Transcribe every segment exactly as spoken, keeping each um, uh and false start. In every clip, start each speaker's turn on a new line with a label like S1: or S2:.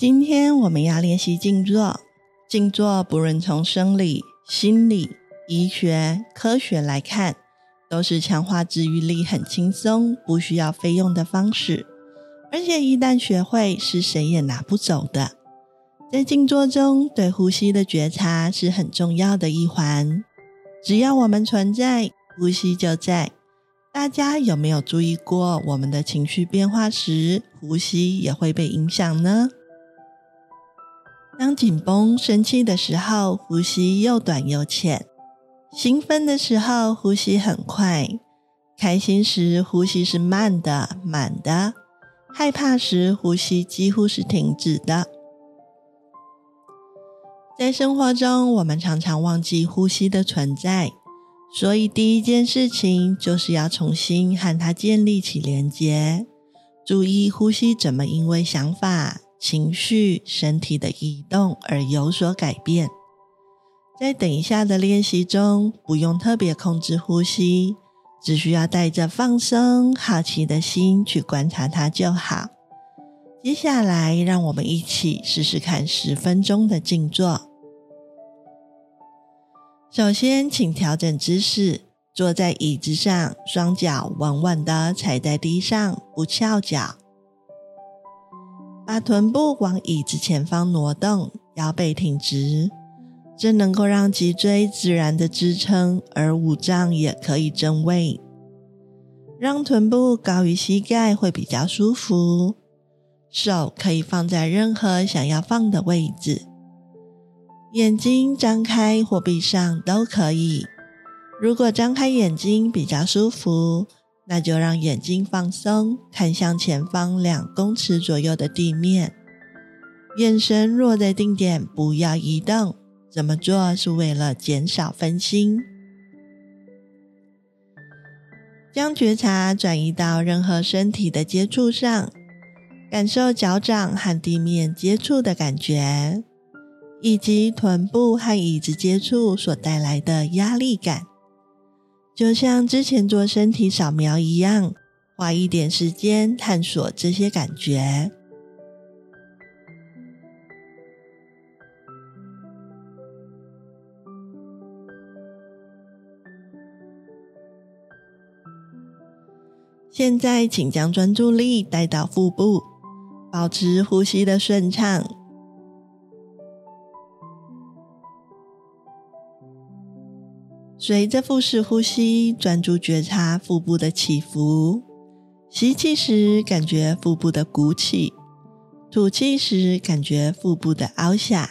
S1: 今天我们要练习静坐。静坐不论从生理、心理、医学、科学来看，都是强化治愈力很轻松，不需要费用的方式。而且一旦学会，是谁也拿不走的。在静坐中，对呼吸的觉察是很重要的一环。只要我们存在，呼吸就在。大家有没有注意过，我们的情绪变化时，呼吸也会被影响呢？当紧绷、生气的时候，呼吸又短又浅；兴奋的时候，呼吸很快；开心时，呼吸是慢的、满的；害怕时，呼吸几乎是停止的。在生活中，我们常常忘记呼吸的存在，所以第一件事情就是要重新和它建立起连结，注意呼吸怎么因为想法、情绪、身体的移动而有所改变。在等一下的练习中，不用特别控制呼吸，只需要带着放松、好奇的心去观察它就好。接下来，让我们一起试试看十分钟的静坐。首先，请调整姿势，坐在椅子上，双脚稳稳地踩在地上，不翘脚。把臀部往椅子前方挪动，腰背挺直，这能够让脊椎自然的支撑，而五脏也可以正位。让臀部高于膝盖会比较舒服。手可以放在任何想要放的位置，眼睛张开或闭上都可以。如果张开眼睛比较舒服，那就让眼睛放松，看向前方两公尺左右的地面，眼神落在定点，不要移动。这么做是为了减少分心。将觉察转移到任何身体的接触上，感受脚掌和地面接触的感觉，以及臀部和椅子接触所带来的压力感。就像之前做身体扫描一样，花一点时间探索这些感觉。现在请将专注力带到腹部，保持呼吸的顺畅。随着腹式呼吸，专注觉察腹部的起伏。吸气时，感觉腹部的鼓起；吐气时，感觉腹部的凹下。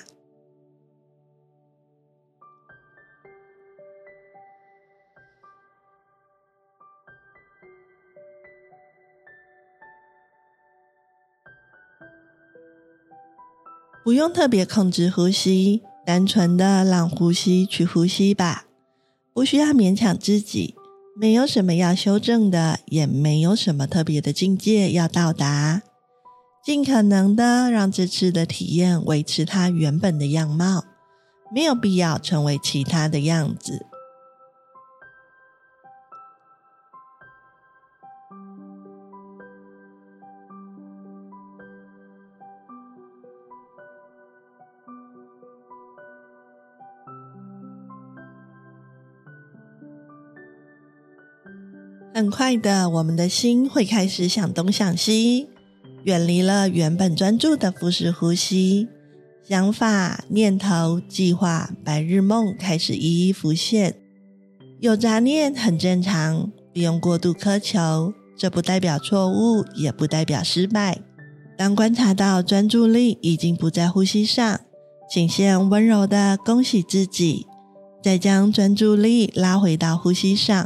S1: 不用特别控制呼吸，单纯的让呼吸去呼吸吧，不需要勉强自己，没有什么要修正的，也没有什么特别的境界要到达，尽可能的让这次的体验维持它原本的样貌，没有必要成为其他的样子。很快的，我们的心会开始想东想西，远离了原本专注的腹式呼吸，想法、念头、计划、白日梦开始一一浮现。有杂念很正常，不用过度苛求，这不代表错误，也不代表失败。当观察到专注力已经不在呼吸上，请先温柔地恭喜自己，再将专注力拉回到呼吸上。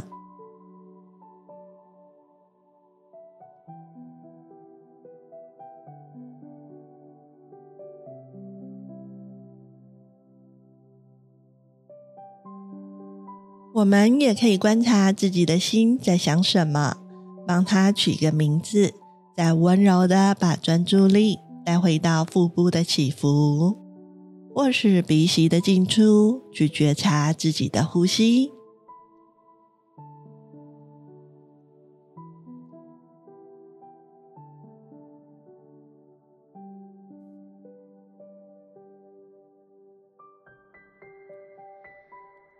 S1: 我们也可以观察自己的心在想什么，帮它取个名字，再温柔地把专注力带回到腹部的起伏，或是鼻息的进出，去觉察自己的呼吸。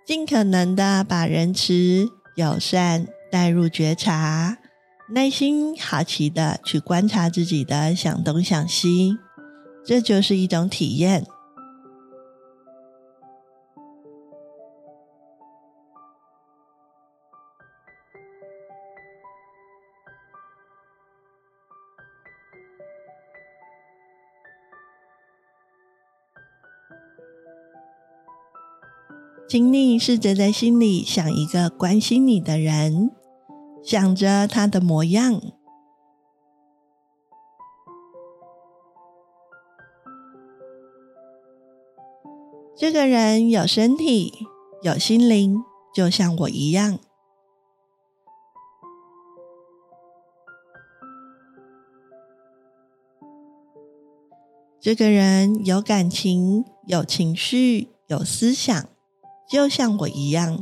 S1: 尽可能的把仁慈、友善带入觉察，耐心好奇的去观察自己的想东想西，这就是一种体验。请你试着在心里想一个关心你的人，想着他的模样。这个人有身体，有心灵，就像我一样。这个人有感情，有情绪，有思想，就像我一样。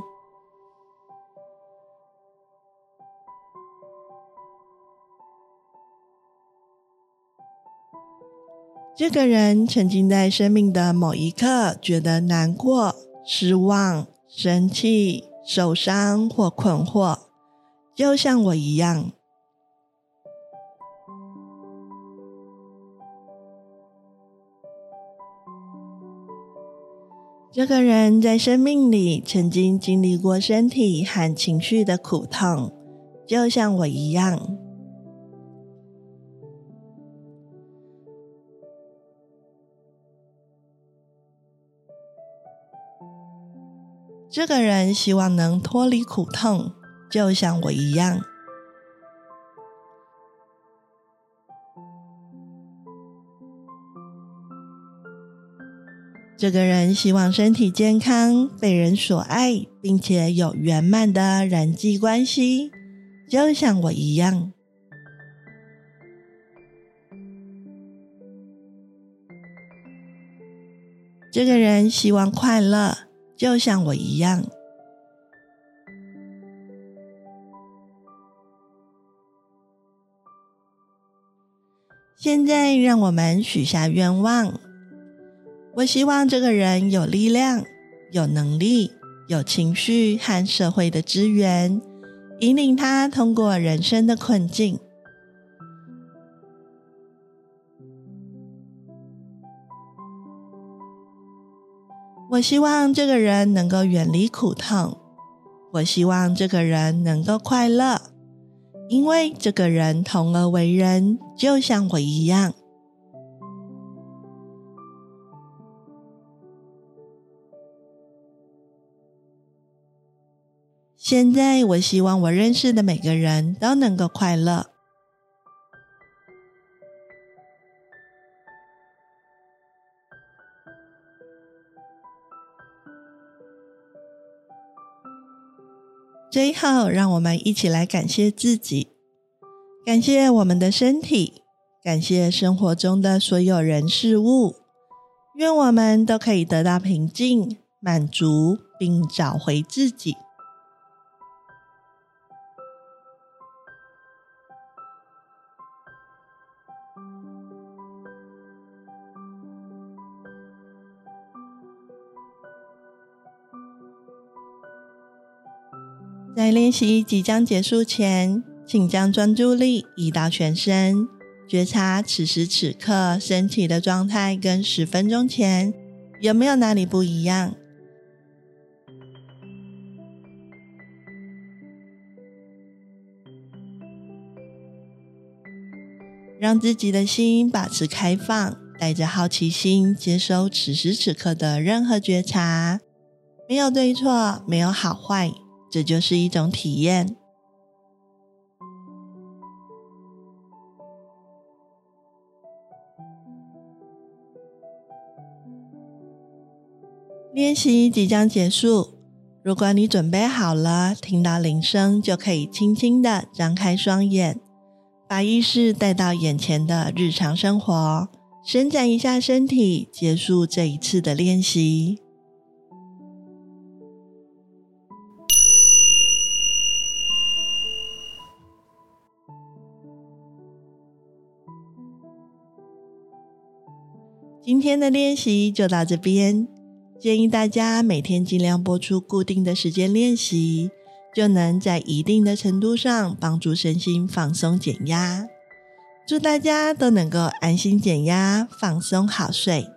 S1: 这个人曾经在生命的某一刻觉得难过、失望、生气、受伤或困惑，就像我一样。这个人在生命里曾经经历过身体和情绪的苦痛，就像我一样。这个人希望能脱离苦痛，就像我一样。这个人希望身体健康，被人所爱，并且有圆满的人际关系，就像我一样。这个人希望快乐，就像我一样。现在让我们许下愿望。我希望这个人有力量，有能力，有情绪和社会的资源，引领他通过人生的困境。我希望这个人能够远离苦痛，我希望这个人能够快乐，因为这个人同而为人，就像我一样。现在我希望我认识的每个人都能够快乐。最后，让我们一起来感谢自己，感谢我们的身体，感谢生活中的所有人事物，愿我们都可以得到平静、满足，并找回自己。在练习即将结束前，请将专注力移到全身，觉察此时此刻身体的状态跟十分钟前有没有哪里不一样。让自己的心保持开放，带着好奇心接收此时此刻的任何觉察，没有对错，没有好坏，这就是一种体验。练习即将结束，如果你准备好了，听到铃声就可以轻轻地张开双眼，把意识带到眼前的日常生活，伸展一下身体，结束这一次的练习。今天的练习就到这边， 建议大家每天尽量拨出固定的时间练习，就能在一定的程度上帮助身心放松减压。祝大家都能够安心减压，放松好睡。